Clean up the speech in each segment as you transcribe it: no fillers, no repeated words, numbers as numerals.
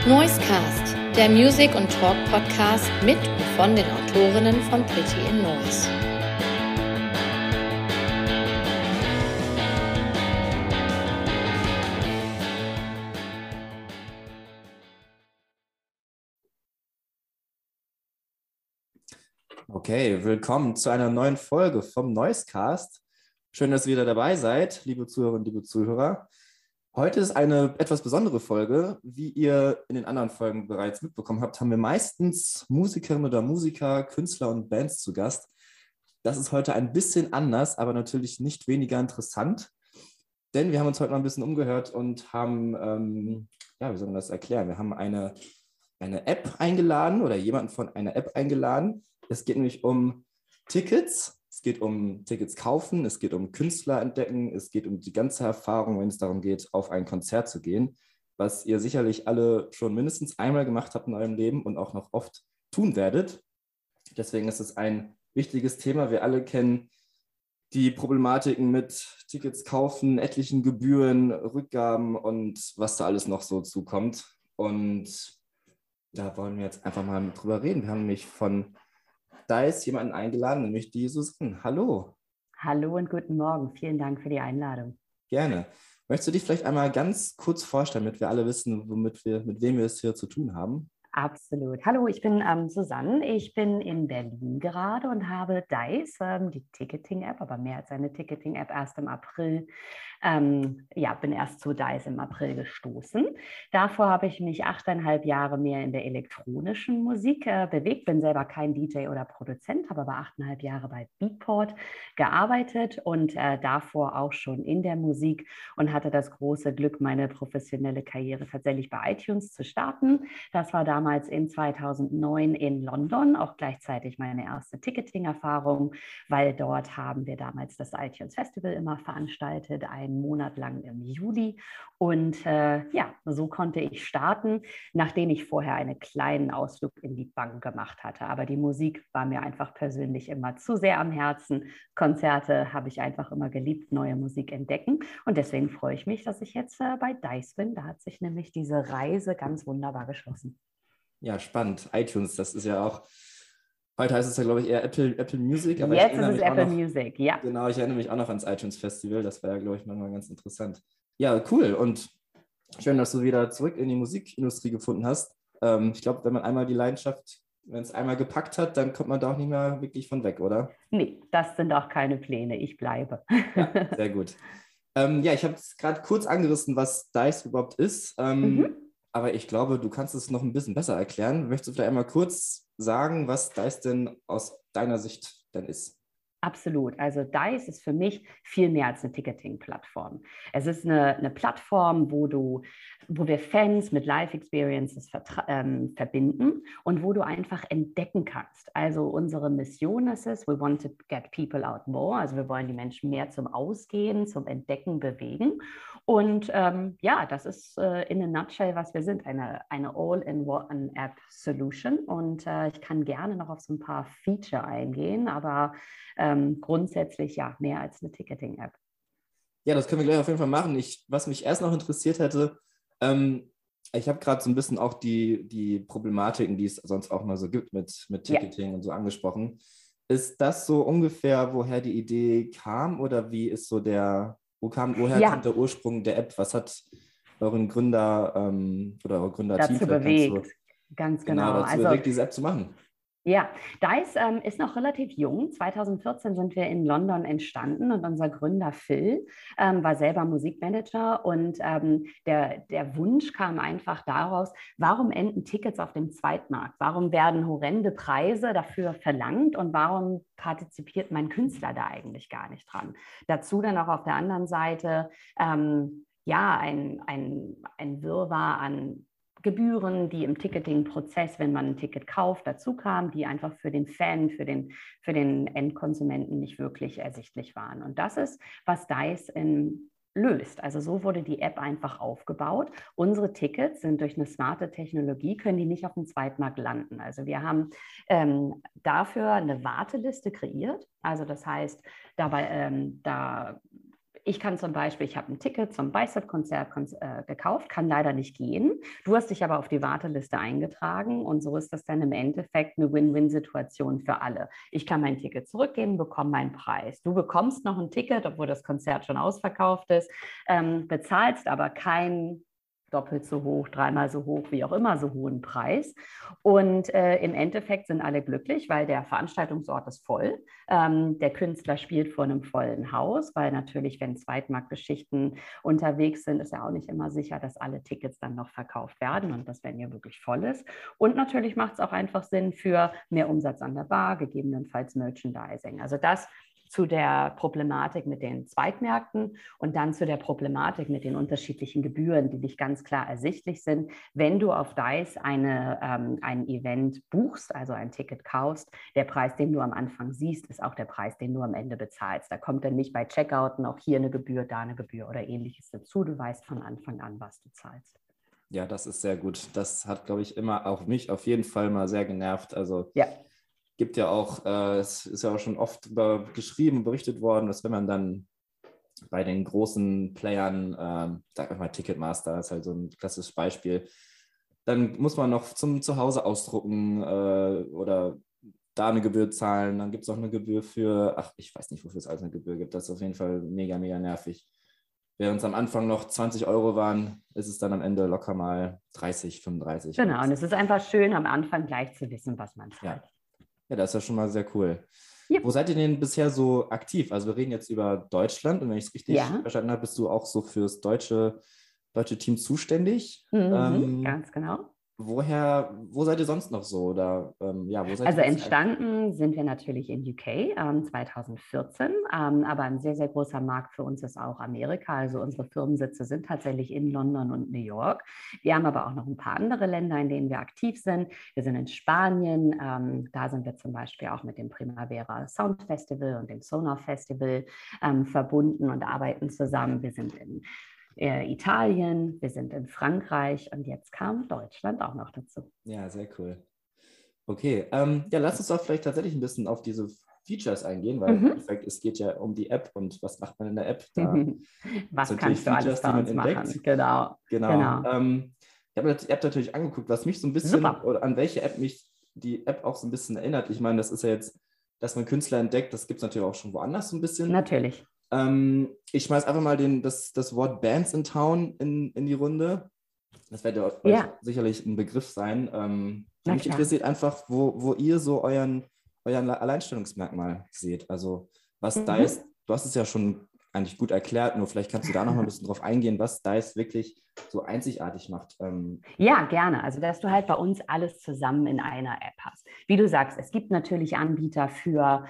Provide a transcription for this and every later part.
Noisecast, der Music- und Talk-Podcast mit und von den Autorinnen von Pretty in Noise. Okay, willkommen zu einer neuen Folge vom Noisecast. Schön, dass ihr wieder dabei seid, liebe Zuhörerinnen, liebe Zuhörer. Heute ist eine etwas besondere Folge. Wie ihr in den anderen Folgen bereits mitbekommen habt, haben wir meistens Musikerinnen oder Musiker, Künstler und Bands zu Gast. Das ist heute ein bisschen anders, aber natürlich nicht weniger interessant, denn wir haben uns heute mal ein bisschen umgehört und haben, wie soll man das erklären? Wir haben eine App eingeladen oder jemanden von einer App eingeladen. Es geht nämlich um Tickets. Es geht um Tickets kaufen, es geht um Künstler entdecken, es geht um die ganze Erfahrung, wenn es darum geht, auf ein Konzert zu gehen, was ihr sicherlich alle schon mindestens einmal gemacht habt in eurem Leben und auch noch oft tun werdet. Deswegen ist es ein wichtiges Thema. Wir alle kennen die Problematiken mit Tickets kaufen, etlichen Gebühren, Rückgaben und was da alles noch so zukommt. Und da wollen wir jetzt einfach mal drüber reden. Wir haben nämlich von DICE jemanden eingeladen, nämlich die Susanne. Hallo. Hallo und guten Morgen. Vielen Dank für die Einladung. Gerne. Möchtest du dich vielleicht einmal ganz kurz vorstellen, damit wir alle wissen, mit wem wir es hier zu tun haben? Absolut. Hallo, ich bin Susanne. Ich bin in Berlin gerade und habe DICE, die Ticketing-App, aber mehr als eine Ticketing-App, erst im April, bin erst zu DICE im April gestoßen. Davor habe ich mich 8,5 Jahre mehr in der elektronischen Musik bewegt, bin selber kein DJ oder Produzent, habe aber 8,5 Jahre bei Beatport gearbeitet und davor auch schon in der Musik und hatte das große Glück, meine professionelle Karriere tatsächlich bei iTunes zu starten. Das war damals in 2009 in London, auch gleichzeitig meine erste Ticketing-Erfahrung, weil dort haben wir damals das iTunes Festival immer veranstaltet, einen Monat lang im Juli. Und so konnte ich starten, nachdem ich vorher einen kleinen Ausflug in die Bank gemacht hatte. Aber die Musik war mir einfach persönlich immer zu sehr am Herzen. Konzerte habe ich einfach immer geliebt, neue Musik entdecken. Und deswegen freue ich mich, dass ich jetzt bei DICE bin. Da hat sich nämlich diese Reise ganz wunderbar geschlossen. Ja, spannend. iTunes, das ist ja auch, heute heißt es ja, glaube ich, eher Apple Music. Aber jetzt ist es Apple Music, ja. Genau, ich erinnere mich auch noch ans iTunes Festival. Das war ja, glaube ich, manchmal ganz interessant. Ja, cool. Und schön, dass du wieder zurück in die Musikindustrie gefunden hast. Ich glaube, wenn man einmal die Leidenschaft, wenn es einmal gepackt hat, dann kommt man da auch nicht mehr wirklich von weg, oder? Nee, das sind auch keine Pläne. Ich bleibe. Ja, sehr gut. Ich habe es gerade kurz angerissen, was DICE überhaupt ist. Aber ich glaube, du kannst es noch ein bisschen besser erklären. Möchtest du vielleicht einmal kurz sagen, was DICE denn aus deiner Sicht denn ist? Absolut. Also DICE ist für mich viel mehr als eine Ticketing-Plattform. Es ist eine Plattform, wo wir Fans mit Live-Experiences verbinden und wo du einfach entdecken kannst. Also unsere Mission ist es, we want to get people out more. Also wir wollen die Menschen mehr zum Ausgehen, zum Entdecken bewegen. Und das ist in a nutshell, was wir sind, eine All-in-One-App-Solution. Und ich kann gerne noch auf so ein paar Feature eingehen, aber grundsätzlich ja, mehr als eine Ticketing-App. Ja, das können wir gleich auf jeden Fall machen. Was mich erst noch interessiert hätte, ich habe gerade so ein bisschen auch die Problematiken, die es sonst auch mal so gibt mit Ticketing und so angesprochen. Ist das so ungefähr, woher die Idee kam oder wie ist so woher kommt der Ursprung der App? Was hat euren Gründer oder eure Gründerteam dazu bewegt? Ganz genau. Dazu bewegt, diese App zu machen? Ja, DICE ist noch relativ jung. 2014 sind wir in London entstanden und unser Gründer Phil war selber Musikmanager und der Wunsch kam einfach daraus, warum enden Tickets auf dem Zweitmarkt? Warum werden horrende Preise dafür verlangt und warum partizipiert mein Künstler da eigentlich gar nicht dran? Dazu dann auch auf der anderen Seite ein Wirrwarr an Gebühren, die im Ticketing-Prozess, wenn man ein Ticket kauft, dazu kamen, die einfach für den Fan, für den Endkonsumenten nicht wirklich ersichtlich waren. Und das ist, was DICE löst. Also so wurde die App einfach aufgebaut. Unsere Tickets sind durch eine smarte Technologie, können die nicht auf dem Zweitmarkt landen. Also wir haben dafür eine Warteliste kreiert. Also das heißt, da ich kann zum Beispiel, ich habe ein Ticket zum Bicep-Konzert gekauft, kann leider nicht gehen. Du hast dich aber auf die Warteliste eingetragen und so ist das dann im Endeffekt eine Win-Win-Situation für alle. Ich kann mein Ticket zurückgeben, bekomme meinen Preis. Du bekommst noch ein Ticket, obwohl das Konzert schon ausverkauft ist, bezahlst aber kein doppelt so hoch, dreimal so hoch, wie auch immer, so hohen Preis. Und im Endeffekt sind alle glücklich, weil der Veranstaltungsort ist voll. Der Künstler spielt vor einem vollen Haus, weil natürlich, wenn Zweitmarktgeschichten unterwegs sind, ist ja auch nicht immer sicher, dass alle Tickets dann noch verkauft werden und das, wenn hier wirklich voll ist. Und natürlich macht es auch einfach Sinn für mehr Umsatz an der Bar, gegebenenfalls Merchandising. Also das zu der Problematik mit den Zweitmärkten und dann zu der Problematik mit den unterschiedlichen Gebühren, die nicht ganz klar ersichtlich sind. Wenn du auf Dice ein Event buchst, also ein Ticket kaufst, der Preis, den du am Anfang siehst, ist auch der Preis, den du am Ende bezahlst. Da kommt dann nicht bei Checkouten auch hier eine Gebühr, da eine Gebühr oder ähnliches dazu. Du weißt von Anfang an, was du zahlst. Ja, das ist sehr gut. Das hat, glaube ich, immer auch mich auf jeden Fall mal sehr genervt. Also ja. Gibt ja auch, es ist ja auch schon oft geschrieben, berichtet worden, dass wenn man dann bei den großen Playern, sag ich mal Ticketmaster ist halt so ein klassisches Beispiel, dann muss man noch zum Zuhause ausdrucken oder da eine Gebühr zahlen, dann gibt es auch eine Gebühr für, ich weiß nicht, wofür es alles eine Gebühr gibt, das ist auf jeden Fall mega, mega nervig. Während es am Anfang noch 20 € waren, ist es dann am Ende locker mal 30, 35. Genau, und es ist einfach schön, am Anfang gleich zu wissen, was man zahlt. Ja, das ist ja schon mal sehr cool. Yep. Wo seid ihr denn bisher so aktiv? Also wir reden jetzt über Deutschland und wenn ich es richtig verstanden habe, bist du auch so fürs deutsche Team zuständig. Ganz genau. Wo seid ihr sonst noch so? Oder, wo seid also ihr entstanden sind wir natürlich in UK 2014, aber ein sehr, sehr großer Markt für uns ist auch Amerika. Also unsere Firmensitze sind tatsächlich in London und New York. Wir haben aber auch noch ein paar andere Länder, in denen wir aktiv sind. Wir sind in Spanien, da sind wir zum Beispiel auch mit dem Primavera Sound Festival und dem Sonar Festival verbunden und arbeiten zusammen. Wir sind in Italien, wir sind in Frankreich und jetzt kam Deutschland auch noch dazu. Ja, sehr cool. Okay, lass uns doch vielleicht tatsächlich ein bisschen auf diese Features eingehen, weil im Endeffekt, es geht ja um die App und was macht man in der App? Da was kannst du alles bei uns machen? Genau. Ihr habt natürlich angeguckt, was mich so ein bisschen, oder an welche App mich die App auch so ein bisschen erinnert. Ich meine, das ist ja jetzt, dass man Künstler entdeckt, das gibt es natürlich auch schon woanders so ein bisschen. Natürlich. Ich schmeiß einfach mal das Wort Bands in Town in die Runde. Das wird euch sicherlich ein Begriff sein. Mich interessiert einfach, wo ihr so euren Alleinstellungsmerkmal seht. Also was Dice, du hast es ja schon eigentlich gut erklärt, nur vielleicht kannst du da noch mal ein bisschen drauf eingehen, was Dice wirklich so einzigartig macht. Ja, gerne. Also, dass du halt bei uns alles zusammen in einer App hast. Wie du sagst, es gibt natürlich Anbieter für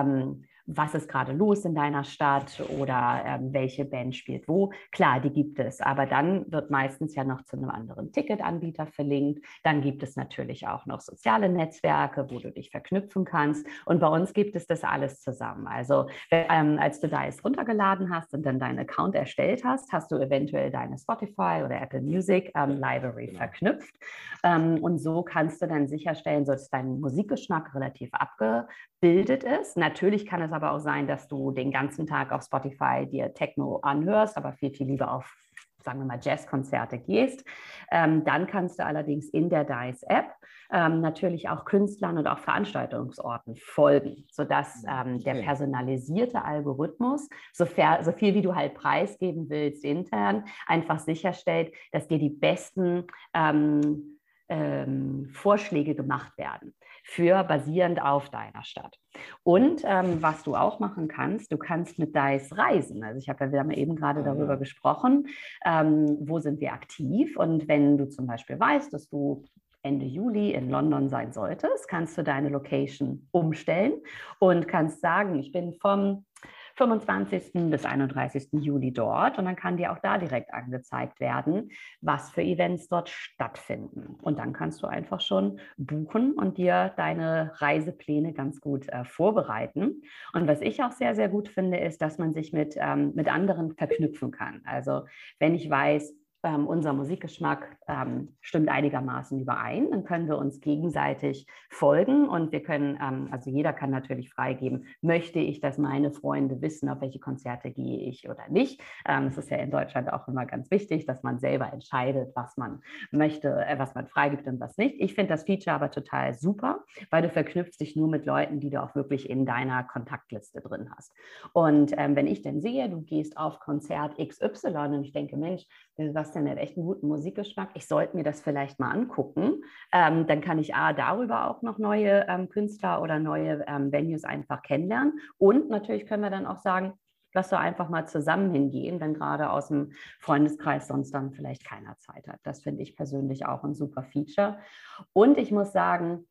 was ist gerade los in deiner Stadt oder welche Band spielt wo. Klar, die gibt es, aber dann wird meistens ja noch zu einem anderen Ticketanbieter verlinkt. Dann gibt es natürlich auch noch soziale Netzwerke, wo du dich verknüpfen kannst. Und bei uns gibt es das alles zusammen. Also als du Dice runtergeladen hast und dann deinen Account erstellt hast, hast du eventuell deine Spotify oder Apple Music Library verknüpft. Und so kannst du dann sicherstellen, dass dein Musikgeschmack relativ abgebildet ist. Natürlich kann es aber auch sein, dass du den ganzen Tag auf Spotify dir Techno anhörst, aber viel, viel lieber auf, sagen wir mal, Jazzkonzerte gehst. Dann kannst du allerdings in der Dice-App natürlich auch Künstlern und auch Veranstaltungsorten folgen, sodass der personalisierte Algorithmus, so viel wie du halt preisgeben willst intern, einfach sicherstellt, dass dir die besten Vorschläge gemacht werden, basierend auf deiner Stadt. Und was du auch machen kannst, du kannst mit Dice reisen. Also wir haben eben gerade darüber gesprochen, wo sind wir aktiv. Und wenn du zum Beispiel weißt, dass du Ende Juli in London sein solltest, kannst du deine Location umstellen und kannst sagen, ich bin vom 25. bis 31. Juli dort und dann kann dir auch da direkt angezeigt werden, was für Events dort stattfinden. Und dann kannst du einfach schon buchen und dir deine Reisepläne ganz gut vorbereiten. Und was ich auch sehr, sehr gut finde, ist, dass man sich mit anderen verknüpfen kann. Also wenn ich weiß, unser Musikgeschmack stimmt einigermaßen überein. Dann können wir uns gegenseitig folgen und wir können, also jeder kann natürlich freigeben, möchte ich, dass meine Freunde wissen, auf welche Konzerte gehe ich oder nicht. Es ist ja in Deutschland auch immer ganz wichtig, dass man selber entscheidet, was man möchte, was man freigibt und was nicht. Ich finde das Feature aber total super, weil du verknüpfst dich nur mit Leuten, die du auch wirklich in deiner Kontaktliste drin hast. Und wenn ich dann sehe, du gehst auf Konzert XY und ich denke, Mensch, du hast ja echt einen guten Musikgeschmack, ich sollte mir das vielleicht mal angucken, dann kann ich darüber auch noch neue Künstler oder neue Venues einfach kennenlernen. Und natürlich können wir dann auch sagen, lass doch einfach mal zusammen hingehen, wenn gerade aus dem Freundeskreis sonst dann vielleicht keiner Zeit hat. Das finde ich persönlich auch ein super Feature. Und ich muss sagen,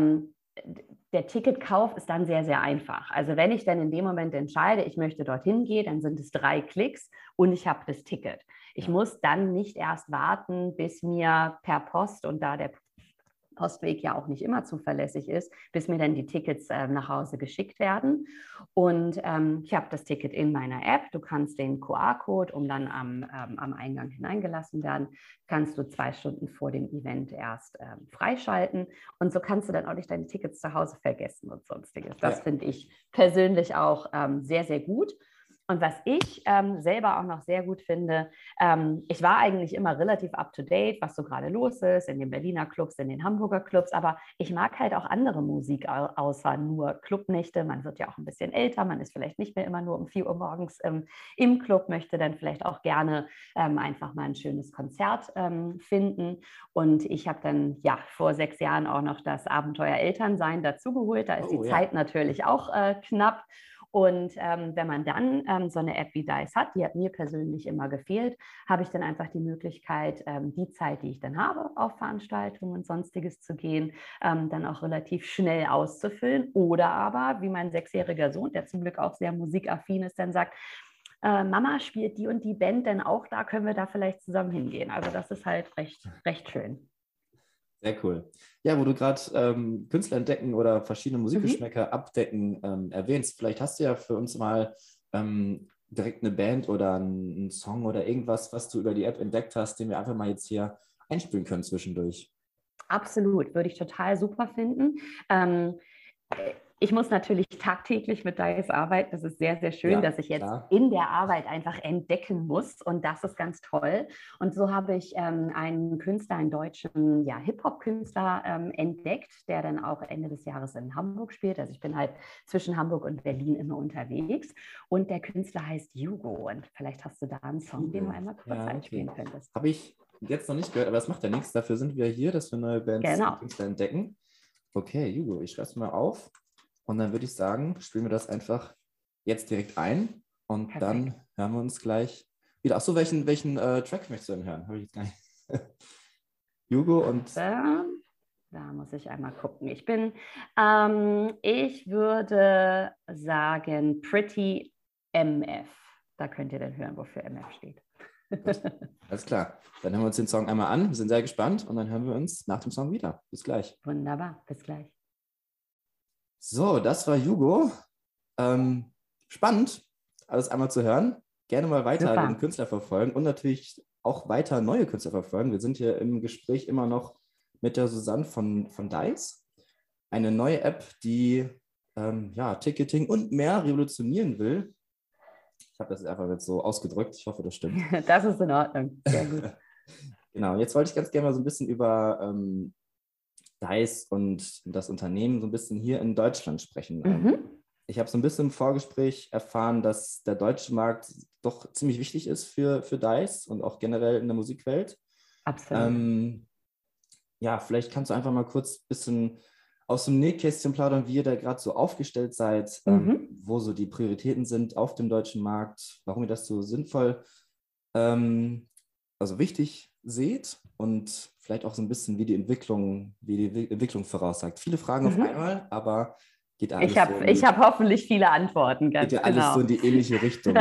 der Ticketkauf ist dann sehr, sehr einfach. Also wenn ich dann in dem Moment entscheide, ich möchte dorthin gehen, dann sind es 3 Klicks und ich habe das Ticket. Ich muss dann nicht erst warten, bis mir per Post, und da der Postweg ja auch nicht immer zuverlässig ist, bis mir dann die Tickets nach Hause geschickt werden. Und ich habe das Ticket in meiner App. Du kannst den QR-Code, um dann am Eingang hineingelassen werden, kannst du 2 Stunden vor dem Event erst freischalten. Und so kannst du dann auch nicht deine Tickets zu Hause vergessen und sonstiges. Das finde ich persönlich auch sehr, sehr gut. Und was ich selber auch noch sehr gut finde, ich war eigentlich immer relativ up-to-date, was so gerade los ist, in den Berliner Clubs, in den Hamburger Clubs, aber ich mag halt auch andere Musik außer nur Clubnächte. Man wird ja auch ein bisschen älter, man ist vielleicht nicht mehr immer nur um 4 Uhr morgens im Club, möchte dann vielleicht auch gerne einfach mal ein schönes Konzert finden. Und ich habe dann vor 6 Jahren auch noch das Abenteuer Elternsein dazugeholt. Da ist die Zeit natürlich auch knapp. Und wenn man dann so eine App wie Dice hat, die hat mir persönlich immer gefehlt, habe ich dann einfach die Möglichkeit, die Zeit, die ich dann habe, auf Veranstaltungen und Sonstiges zu gehen, dann auch relativ schnell auszufüllen. Oder aber, wie mein 6-jähriger Sohn, der zum Glück auch sehr musikaffin ist, dann sagt, Mama spielt die und die Band denn auch da, können wir da vielleicht zusammen hingehen. Also das ist halt recht schön. Sehr cool. Ja, wo du gerade Künstler entdecken oder verschiedene Musikgeschmäcker abdecken erwähnst, vielleicht hast du ja für uns mal direkt eine Band oder einen Song oder irgendwas, was du über die App entdeckt hast, den wir einfach mal jetzt hier einspielen können zwischendurch. Absolut, würde ich total super finden. Ich muss natürlich tagtäglich mit Dice arbeiten. Das ist sehr, sehr schön, dass ich jetzt in der Arbeit einfach entdecken muss. Und das ist ganz toll. Und so habe ich einen Künstler, einen deutschen Hip-Hop-Künstler entdeckt, der dann auch Ende des Jahres in Hamburg spielt. Also ich bin halt zwischen Hamburg und Berlin immer unterwegs. Und der Künstler heißt Hugo. Und vielleicht hast du da einen Song, den du einmal kurz einspielen könntest. Habe ich jetzt noch nicht gehört, aber das macht ja nichts. Dafür sind wir hier, dass wir neue Bands und Künstler entdecken. Okay, Hugo, ich schreibe es mal auf. Und dann würde ich sagen, spielen wir das einfach jetzt direkt ein und dann hören wir uns gleich wieder. Achso, welchen Track möchtest du denn hören? Habe ich jetzt gar nicht. Hugo und... Da muss ich einmal gucken. Ich würde sagen Pretty MF. Da könnt ihr dann hören, wofür MF steht. Alles klar. Dann hören wir uns den Song einmal an. Wir sind sehr gespannt und dann hören wir uns nach dem Song wieder. Bis gleich. Wunderbar, bis gleich. So, das war Hugo. Spannend, alles einmal zu hören. Gerne mal weiter den Künstler verfolgen und natürlich auch weiter neue Künstler verfolgen. Wir sind hier im Gespräch immer noch mit der Susanne von Dice. Eine neue App, die Ticketing und mehr revolutionieren will. Ich habe das einfach jetzt so ausgedrückt. Ich hoffe, das stimmt. Das ist in Ordnung. Sehr gut. Genau, jetzt wollte ich ganz gerne mal so ein bisschen über Dice und das Unternehmen so ein bisschen hier in Deutschland sprechen. Ich habe so ein bisschen im Vorgespräch erfahren, dass der deutsche Markt doch ziemlich wichtig ist für Dice und auch generell in der Musikwelt. Absolut. Vielleicht kannst du einfach mal kurz ein bisschen aus dem Nähkästchen plaudern, wie ihr da gerade so aufgestellt seid, wo so die Prioritäten sind auf dem deutschen Markt, warum ihr das so sinnvoll, also wichtig seht und vielleicht auch so ein bisschen, wie die Entwicklung voraussagt. Viele Fragen auf einmal, aber geht alles ich habe hoffentlich viele Antworten. Geht ja alles so in die ähnliche Richtung.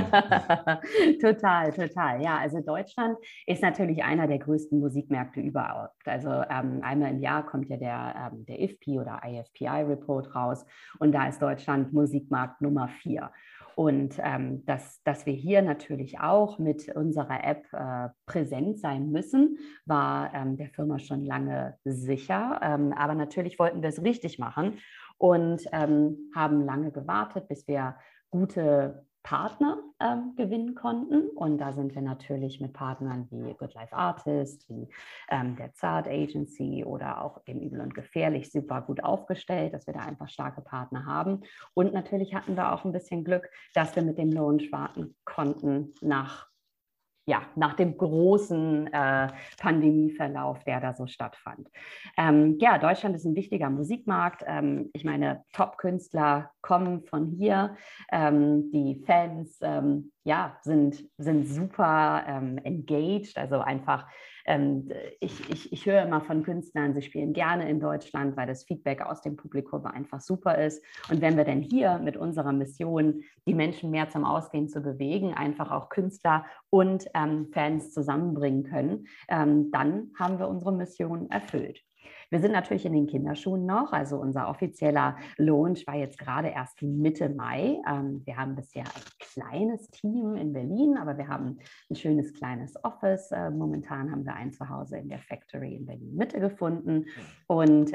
Total. Ja, also Deutschland ist natürlich einer der größten Musikmärkte überhaupt. Also einmal im Jahr kommt ja der IFPI oder IFPI-Report raus und da ist Deutschland Musikmarkt Nummer 4. Und dass wir hier natürlich auch mit unserer App präsent sein müssen, war der Firma schon lange sicher. Aber natürlich wollten wir es richtig machen und haben lange gewartet, bis wir gute Partner gewinnen konnten. Und da sind wir natürlich mit Partnern wie Good Life Artist, wie der Zart Agency oder auch dem Übel und Gefährlich super gut aufgestellt, dass wir da einfach starke Partner haben. Und natürlich hatten wir auch ein bisschen Glück, dass wir mit dem Launch warten konnten nach dem großen Pandemieverlauf, der da so stattfand. Deutschland ist ein wichtiger Musikmarkt. Ich meine, Top-Künstler kommen von hier. Die Fans sind super engaged, also einfach ich höre immer von Künstlern, sie spielen gerne in Deutschland, weil das Feedback aus dem Publikum einfach super ist. Und wenn wir denn hier mit unserer Mission, die Menschen mehr zum Ausgehen zu bewegen, einfach auch Künstler und Fans zusammenbringen können, dann haben wir unsere Mission erfüllt. Wir sind natürlich in den Kinderschuhen noch, also unser offizieller Launch war jetzt gerade erst Mitte Mai. Wir haben bisher ein kleines Team in Berlin, aber wir haben ein schönes kleines Office. Momentan haben wir ein Zuhause in der Factory in Berlin Mitte gefunden und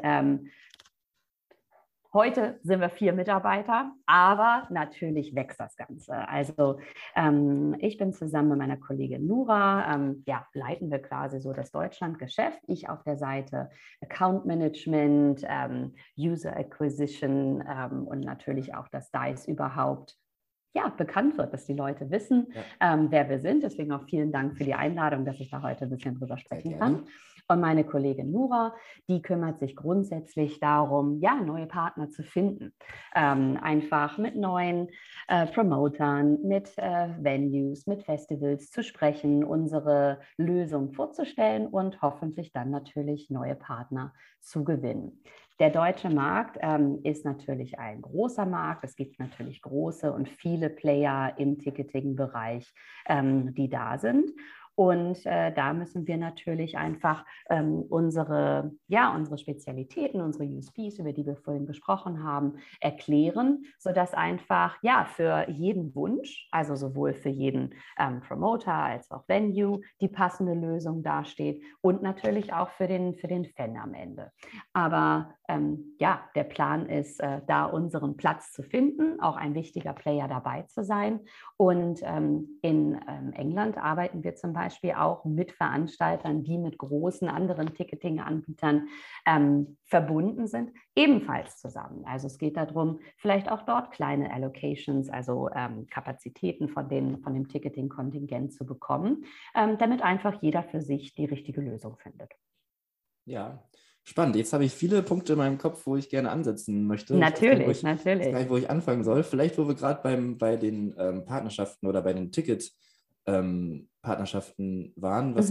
heute sind wir 4 Mitarbeiter, aber natürlich wächst das Ganze. Also ich bin zusammen mit meiner Kollegin Nura, leiten wir quasi so das Deutschlandgeschäft. Ich auf der Seite Account Management, User Acquisition und natürlich auch, dass DICE überhaupt bekannt wird, dass die Leute wissen, wer wir sind. Deswegen auch vielen Dank für die Einladung, dass ich da heute ein bisschen drüber sprechen kann. Und meine Kollegin Nura, die kümmert sich grundsätzlich darum, neue Partner zu finden. Einfach mit neuen Promotern, mit Venues, mit Festivals zu sprechen, unsere Lösung vorzustellen und hoffentlich dann natürlich neue Partner zu gewinnen. Der deutsche Markt ist natürlich ein großer Markt. Es gibt natürlich große und viele Player im Ticketing-Bereich, die da sind. Und da müssen wir natürlich einfach unsere Spezialitäten, unsere USPs, über die wir vorhin gesprochen haben, erklären, sodass einfach für jeden Wunsch, also sowohl für jeden Promoter als auch Venue, die passende Lösung dasteht und natürlich auch für den Fan am Ende. Aber der Plan ist, da unseren Platz zu finden, auch ein wichtiger Player dabei zu sein. Und in England arbeiten wir zum Beispiel auch mit Veranstaltern, die mit großen anderen Ticketing-Anbietern verbunden sind, ebenfalls zusammen. Also es geht darum, vielleicht auch dort kleine Allocations, also Kapazitäten von dem Ticketing-Kontingent zu bekommen, damit einfach jeder für sich die richtige Lösung findet. Ja, spannend. Jetzt habe ich viele Punkte in meinem Kopf, wo ich gerne ansetzen möchte. Natürlich. Ich weiß gar nicht, wo ich anfangen soll. Vielleicht, wo wir gerade bei den Partnerschaften oder bei den Ticket-Partnerschaften waren, was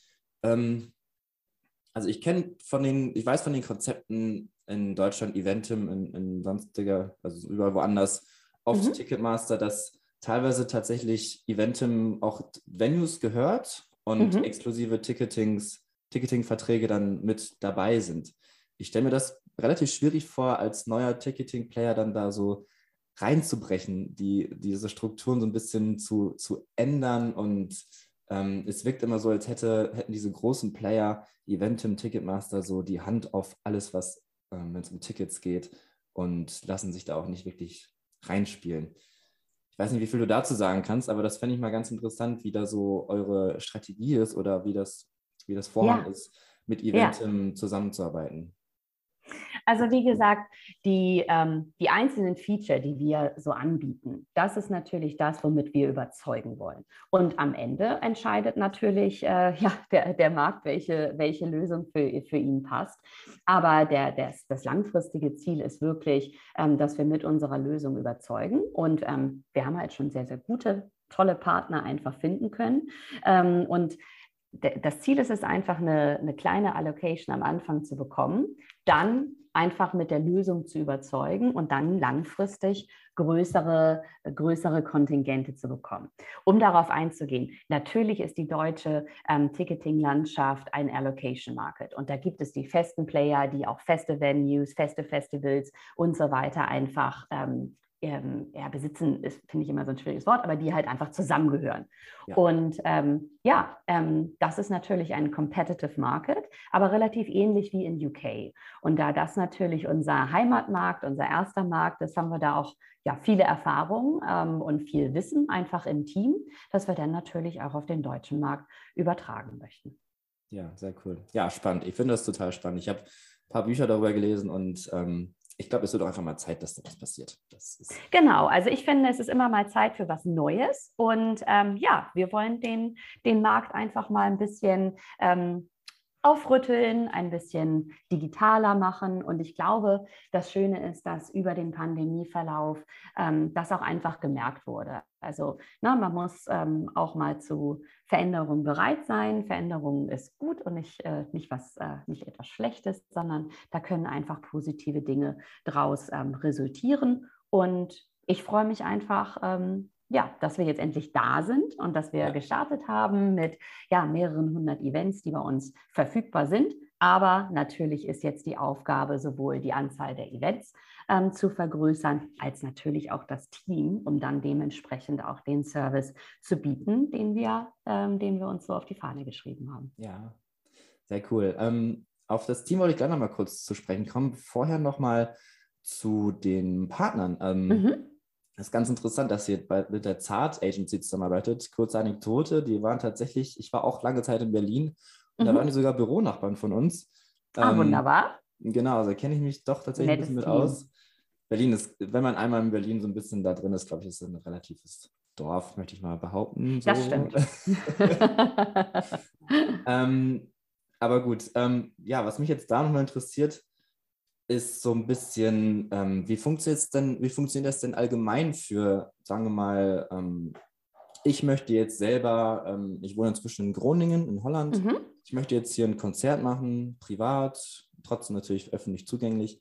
also ich weiß von den Konzepten in Deutschland, Eventim, in sonstiger, also überall woanders, oft Ticketmaster, dass teilweise tatsächlich Eventim auch Venues gehört und exklusive Ticketing-Verträge dann mit dabei sind. Ich stelle mir das relativ schwierig vor, als neuer Ticketing-Player dann da so reinzubrechen, diese Strukturen so ein bisschen zu ändern und es wirkt immer so, als hätten diese großen Player, Eventim, Ticketmaster, so die Hand auf alles, was wenn es um Tickets geht und lassen sich da auch nicht wirklich reinspielen. Ich weiß nicht, wie viel du dazu sagen kannst, aber das fände ich mal ganz interessant, wie da so eure Strategie ist oder wie das Vorhaben ist, mit Eventim zusammenzuarbeiten. Also wie gesagt, die einzelnen Feature, die wir so anbieten, das ist natürlich das, womit wir überzeugen wollen. Und am Ende entscheidet natürlich der Markt, welche Lösung für ihn passt. Aber das langfristige Ziel ist wirklich, dass wir mit unserer Lösung überzeugen. Und wir haben halt schon sehr, sehr gute, tolle Partner einfach finden können. Und das Ziel ist es einfach, eine kleine Allocation am Anfang zu bekommen, dann einfach mit der Lösung zu überzeugen und dann langfristig größere Kontingente zu bekommen. Um darauf einzugehen, natürlich ist die deutsche Ticketing-Landschaft ein Allocation-Market und da gibt es die festen Player, die auch feste Venues, feste Festivals und so weiter einfach besitzen ist, finde ich immer so ein schwieriges Wort, aber die halt einfach zusammengehören. Ja. Und das ist natürlich ein competitive Market, aber relativ ähnlich wie in UK. Und da das natürlich unser Heimatmarkt, unser erster Markt ist, haben wir da auch viele Erfahrungen und viel Wissen einfach im Team, das wir dann natürlich auch auf den deutschen Markt übertragen möchten. Ja, sehr cool. Ja, spannend. Ich finde das total spannend. Ich habe ein paar Bücher darüber gelesen und ich glaube, es wird auch einfach mal Zeit, dass da was passiert. Genau, also ich finde, es ist immer mal Zeit für was Neues und wir wollen den Markt einfach mal ein bisschen aufrütteln, ein bisschen digitaler machen. Und ich glaube, das Schöne ist, dass über den Pandemieverlauf das auch einfach gemerkt wurde. Also man muss auch mal zu Veränderungen bereit sein. Veränderung ist gut und nicht etwas Schlechtes, sondern da können einfach positive Dinge daraus resultieren. Und ich freue mich einfach, dass wir jetzt endlich da sind und dass wir gestartet haben mit mehreren 100 Events, die bei uns verfügbar sind. Aber natürlich ist jetzt die Aufgabe, sowohl die Anzahl der Events zu vergrößern, als natürlich auch das Team, um dann dementsprechend auch den Service zu bieten, den wir uns so auf die Fahne geschrieben haben. Ja, sehr cool. Auf das Team wollte ich gleich noch mal kurz zu sprechen kommen. Vorher noch mal zu den Partnern. Das ist ganz interessant, dass ihr mit der Zart Agency zusammenarbeitet. Kurze Anekdote, die waren tatsächlich, ich war auch lange Zeit in Berlin und da waren die sogar Büronachbarn von uns. Wunderbar. Genau, also kenne ich mich doch tatsächlich ein bisschen mit aus. Berlin ist, wenn man einmal in Berlin so ein bisschen da drin ist, glaube ich, ist es ein relatives Dorf, möchte ich mal behaupten. So. Das stimmt. Aber gut, was mich jetzt da nochmal interessiert, ist so ein bisschen, wie funktioniert das denn allgemein für, sagen wir mal, ich möchte jetzt selber, ich wohne inzwischen in Groningen in Holland, ich möchte jetzt hier ein Konzert machen, privat, trotzdem natürlich öffentlich zugänglich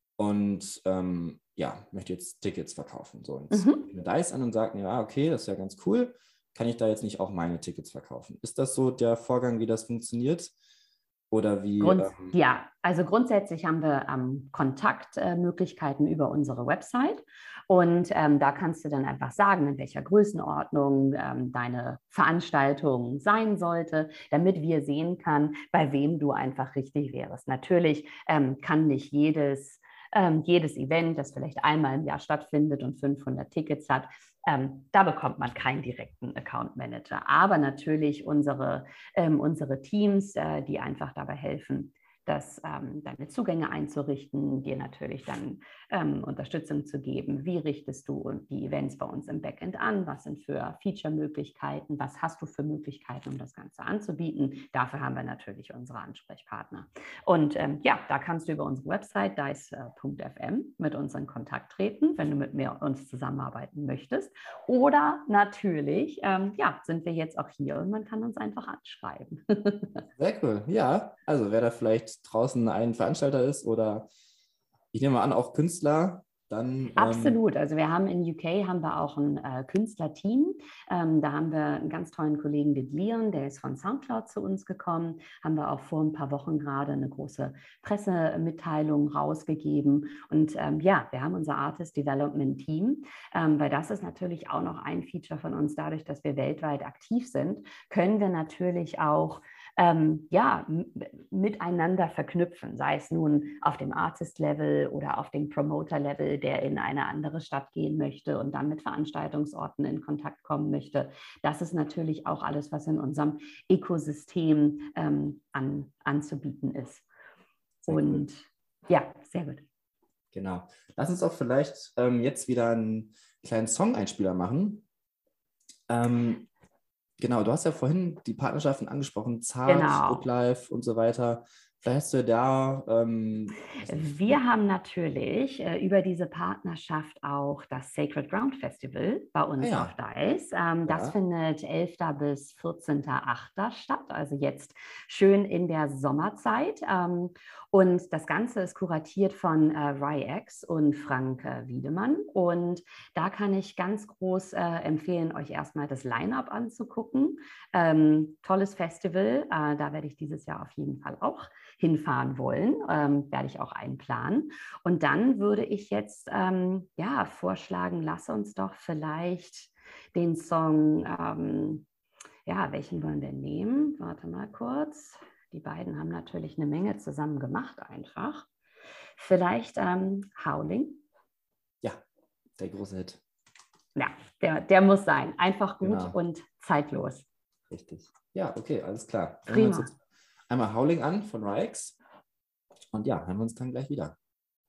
und möchte jetzt Tickets verkaufen. So, und ich mir DICE an und sage mir, okay, das ist ja ganz cool, kann ich da jetzt nicht auch meine Tickets verkaufen? Ist das so der Vorgang, wie das funktioniert? Oder wie? Also grundsätzlich haben wir Kontaktmöglichkeiten über unsere Website und da kannst du dann einfach sagen, in welcher Größenordnung deine Veranstaltung sein sollte, damit wir sehen können, bei wem du einfach richtig wärst. Natürlich kann nicht jedes Event, das vielleicht einmal im Jahr stattfindet und 500 Tickets hat, da bekommt man keinen direkten Account Manager. Aber natürlich unsere Teams, die einfach dabei helfen, deine Zugänge einzurichten, dir natürlich dann Unterstützung zu geben. Wie richtest du die Events bei uns im Backend an? Was sind für Feature-Möglichkeiten? Was hast du für Möglichkeiten, um das Ganze anzubieten? Dafür haben wir natürlich unsere Ansprechpartner. Und da kannst du über unsere Website dice.fm mit uns in Kontakt treten, wenn du mit uns zusammenarbeiten möchtest. Oder natürlich sind wir jetzt auch hier und man kann uns einfach anschreiben. Sehr cool, ja. Also wer da vielleicht draußen ein Veranstalter ist oder ich nehme mal an, auch Künstler, dann... Absolut. Also wir haben in UK auch ein Künstlerteam. Da haben wir einen ganz tollen Kollegen, den Leon, der ist von Soundcloud zu uns gekommen. Haben wir auch vor ein paar Wochen gerade eine große Pressemitteilung rausgegeben. Und wir haben unser Artist Development Team, weil das ist natürlich auch noch ein Feature von uns. Dadurch, dass wir weltweit aktiv sind, können wir natürlich auch miteinander verknüpfen, sei es nun auf dem Artist-Level oder auf dem Promoter-Level, der in eine andere Stadt gehen möchte und dann mit Veranstaltungsorten in Kontakt kommen möchte. Das ist natürlich auch alles, was in unserem Ökosystem anzubieten ist. Sehr gut. Sehr gut. Genau. Lass uns auch vielleicht jetzt wieder einen kleinen Song-Einspieler machen. Genau, du hast ja vorhin die Partnerschaften angesprochen, Zart, Good Life und so weiter. Vielleicht hast du da... Wir haben natürlich über diese Partnerschaft auch das Sacred Ground Festival bei uns auf DICE. Das findet 11. bis 14.8. statt, also jetzt schön in der Sommerzeit. Und das Ganze ist kuratiert von RyX und Frank Wiedemann. Und da kann ich ganz groß empfehlen, euch erstmal das Line-Up anzugucken. Tolles Festival, da werde ich dieses Jahr auf jeden Fall auch hinfahren wollen. Werde ich auch einplanen. Und dann würde ich jetzt vorschlagen, lass uns doch vielleicht den Song, welchen wollen wir nehmen? Warte mal kurz. Die beiden haben natürlich eine Menge zusammen gemacht einfach. Vielleicht Howling. Ja, der große Hit. Ja, der muss sein. Einfach gut Genau. Und zeitlos. Richtig. Ja, okay, alles klar. Prima. Hören wir uns jetzt einmal Howling an von RYX. Und ja, hören wir uns dann gleich wieder.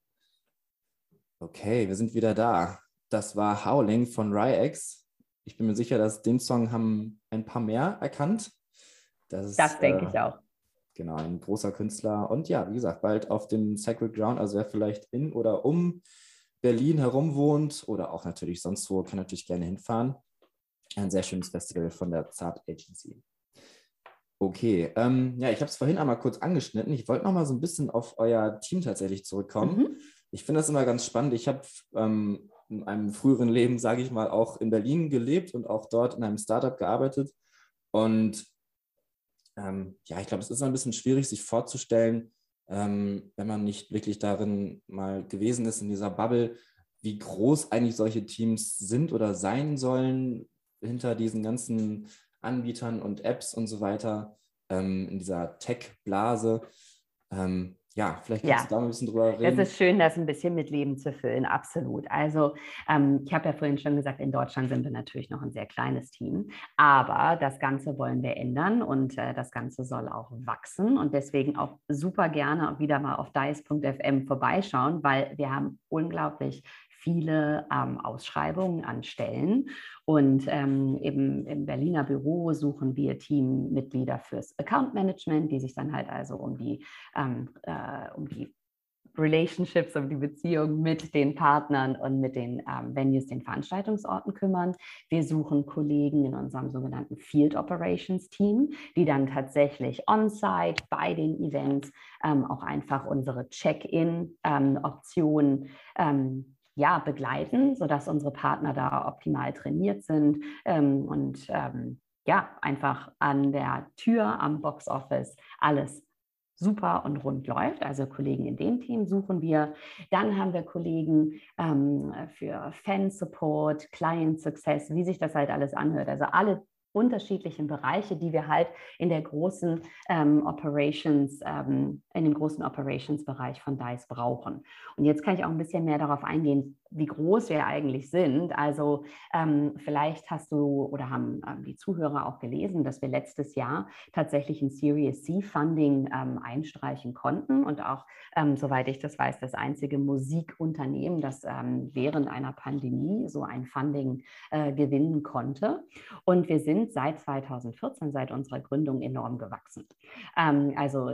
Okay, wir sind wieder da. Das war Howling von RYX. Ich bin mir sicher, dass den Song haben ein paar mehr erkannt. Das denke ich auch. Genau, ein großer Künstler. Und ja, wie gesagt, bald auf dem Sacred Ground, also wer vielleicht in oder um Berlin herum wohnt oder auch natürlich sonst wo, kann natürlich gerne hinfahren. Ein sehr schönes Festival von der Zart Agency. Okay, ich habe es vorhin einmal kurz angeschnitten. Ich wollte noch mal so ein bisschen auf euer Team tatsächlich zurückkommen. Ich finde das immer ganz spannend. Ich habe in einem früheren Leben, sage ich mal, auch in Berlin gelebt und auch dort in einem Startup gearbeitet. Und ich glaube, es ist ein bisschen schwierig, sich vorzustellen, wenn man nicht wirklich darin mal gewesen ist, in dieser Bubble, wie groß eigentlich solche Teams sind oder sein sollen hinter diesen ganzen Anbietern und Apps und so weiter, in dieser Tech-Blase. Vielleicht kannst du da mal ein bisschen drüber reden. Es ist schön, das ein bisschen mit Leben zu füllen, absolut. Also ich habe ja vorhin schon gesagt, in Deutschland sind wir natürlich noch ein sehr kleines Team, aber das Ganze wollen wir ändern und das Ganze soll auch wachsen und deswegen auch super gerne wieder mal auf dice.fm vorbeischauen, weil wir haben unglaublich viele Ausschreibungen an Stellen und eben im Berliner Büro suchen wir Teammitglieder fürs Account Management, die sich dann halt also um die Relationships, um die Beziehung mit den Partnern und mit den Venues, den Veranstaltungsorten kümmern. Wir suchen Kollegen in unserem sogenannten Field Operations Team, die dann tatsächlich on-site bei den Events auch einfach unsere Check-in-Optionen begleiten, sodass unsere Partner da optimal trainiert sind einfach an der Tür, am Box-Office alles super und rund läuft. Also Kollegen in dem Team suchen wir. Dann haben wir Kollegen für Fan-Support, Client-Success, wie sich das halt alles anhört. Also alle unterschiedlichen Bereiche, die wir halt in der großen in dem großen Operations-Bereich von DICE brauchen. Und jetzt kann ich auch ein bisschen mehr darauf eingehen, wie groß wir eigentlich sind. Also vielleicht hast du oder haben die Zuhörer auch gelesen, dass wir letztes Jahr tatsächlich ein Series C Funding einstreichen konnten und auch, soweit ich das weiß, das einzige Musikunternehmen, das während einer Pandemie so ein Funding gewinnen konnte. Und wir sind seit 2014, seit unserer Gründung, enorm gewachsen. Also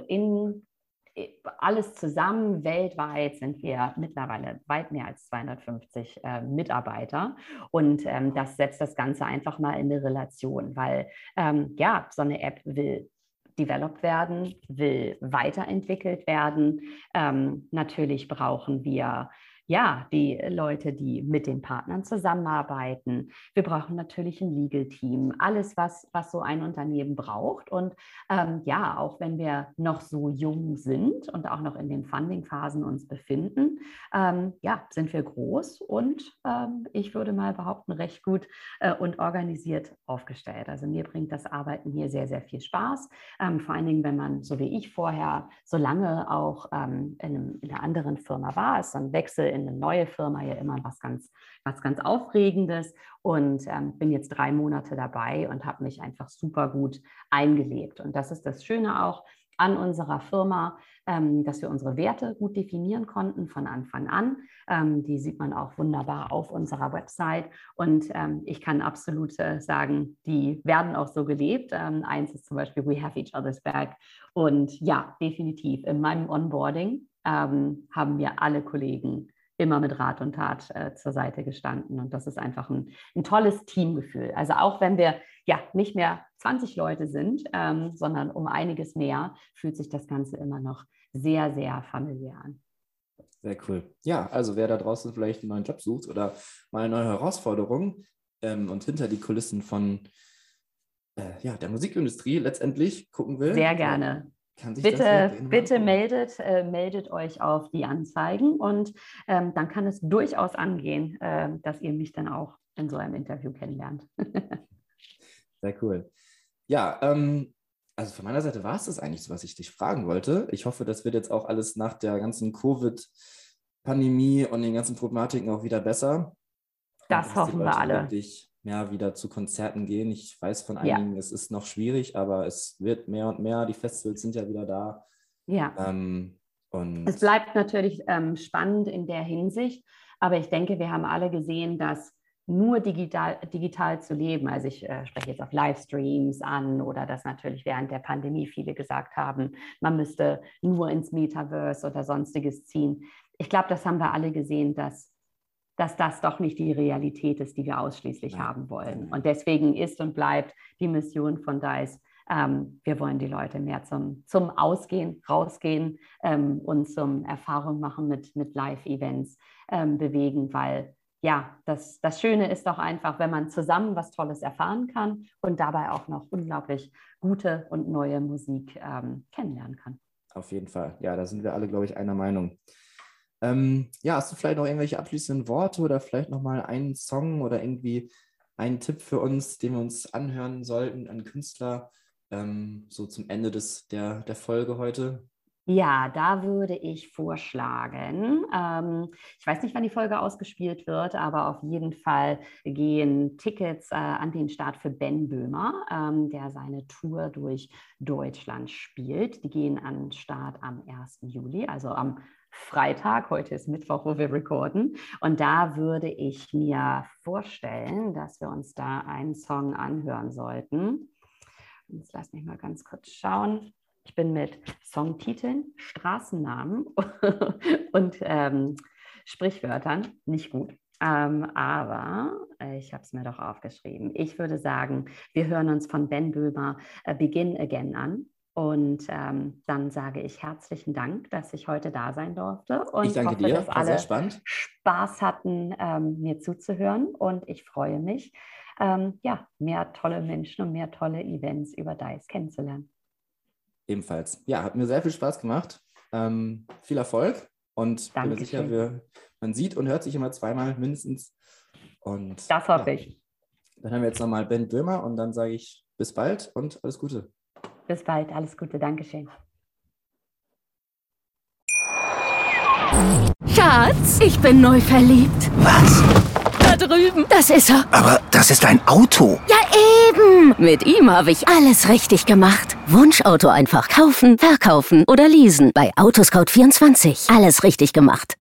alles zusammen weltweit sind wir mittlerweile weit mehr als 250 Mitarbeiter und das setzt das Ganze einfach mal in eine Relation, weil so eine App will developed werden, will weiterentwickelt werden. Natürlich brauchen wir die Leute, die mit den Partnern zusammenarbeiten. Wir brauchen natürlich ein Legal-Team, alles, was so ein Unternehmen braucht. Und auch wenn wir noch so jung sind und auch noch in den Funding-Phasen uns befinden, sind wir groß und ich würde mal behaupten, recht gut und organisiert aufgestellt. Also mir bringt das Arbeiten hier sehr, sehr viel Spaß. Vor allen Dingen, wenn man, so wie ich vorher, so lange auch in einer anderen Firma war, ist so ein Wechsel in eine neue Firma ja immer was ganz Aufregendes und bin jetzt 3 Monate dabei und habe mich einfach super gut eingelebt. Und das ist das Schöne auch an unserer Firma, dass wir unsere Werte gut definieren konnten von Anfang an. Die sieht man auch wunderbar auf unserer Website und ich kann absolut sagen, die werden auch so gelebt. Eins ist zum Beispiel We have each other's back und ja, definitiv in meinem Onboarding haben mir alle Kollegen immer mit Rat und Tat zur Seite gestanden. Und das ist einfach ein tolles Teamgefühl. Also auch wenn wir nicht mehr 20 Leute sind, sondern um einiges mehr, fühlt sich das Ganze immer noch sehr, sehr familiär an. Sehr cool. Ja, also wer da draußen vielleicht einen neuen Job sucht oder mal eine neue Herausforderung und hinter die Kulissen von der Musikindustrie letztendlich gucken will. Sehr gerne. kann sich bitte meldet euch auf die Anzeigen und dann kann es durchaus angehen, dass ihr mich dann auch in so einem Interview kennenlernt. Sehr cool. Ja, also von meiner Seite war es das eigentlich so, was ich dich fragen wollte. Ich hoffe, das wird jetzt auch alles nach der ganzen Covid-Pandemie und den ganzen Problematiken auch wieder besser. Das hoffen wir alle. Wirklich mehr wieder zu Konzerten gehen. Ich weiß von einigen, es ist noch schwierig, aber es wird mehr und mehr. Die Festivals sind ja wieder da. Ja. Und es bleibt natürlich spannend in der Hinsicht, aber ich denke, wir haben alle gesehen, dass nur digital zu leben, also ich spreche jetzt auf Livestreams an oder dass natürlich während der Pandemie viele gesagt haben, man müsste nur ins Metaverse oder Sonstiges ziehen. Ich glaube, das haben wir alle gesehen, dass das doch nicht die Realität ist, die wir ausschließlich haben wollen. Und deswegen ist und bleibt die Mission von DICE, wir wollen die Leute mehr zum Ausgehen, rausgehen und zum Erfahrung machen mit Live-Events bewegen, weil ja, das Schöne ist doch einfach, wenn man zusammen was Tolles erfahren kann und dabei auch noch unglaublich gute und neue Musik kennenlernen kann. Auf jeden Fall. Ja, da sind wir alle, glaube ich, einer Meinung. Hast du vielleicht noch irgendwelche abschließenden Worte oder vielleicht nochmal einen Song oder irgendwie einen Tipp für uns, den wir uns anhören sollten, einen Künstler, so zum Ende der Folge heute? Ja, da würde ich vorschlagen, ich weiß nicht, wann die Folge ausgespielt wird, aber auf jeden Fall gehen Tickets an den Start für Ben Böhmer, der seine Tour durch Deutschland spielt. Die gehen an den Start am 1. Juli, also am Freitag. Heute ist Mittwoch, wo wir recorden. Und da würde ich mir vorstellen, dass wir uns da einen Song anhören sollten. Jetzt lass mich mal ganz kurz schauen. Ich bin mit Songtiteln, Straßennamen und Sprichwörtern nicht gut. Aber ich habe es mir doch aufgeschrieben. Ich würde sagen, wir hören uns von Ben Böhmer Begin Again an. Und dann sage ich herzlichen Dank, dass ich heute da sein durfte. Und ich danke hoffe, dir, dass war alle sehr spannend. Spaß hatten, mir zuzuhören. Und ich freue mich, mehr tolle Menschen und mehr tolle Events über DICE kennenzulernen. Ebenfalls. Ja, hat mir sehr viel Spaß gemacht. Viel Erfolg und bin mir sicher, man sieht und hört sich immer zweimal mindestens. Und das hoffe ich. Dann haben wir jetzt nochmal Ben Böhmer und dann sage ich bis bald und alles Gute. Bis bald, alles Gute, Dankeschön. Schatz, ich bin neu verliebt. Was? Da drüben. Das ist er. Aber das ist ein Auto. Ja, eben. Mit ihm habe ich alles richtig gemacht. Wunschauto einfach kaufen, verkaufen oder leasen. Bei Autoscout24. Alles richtig gemacht.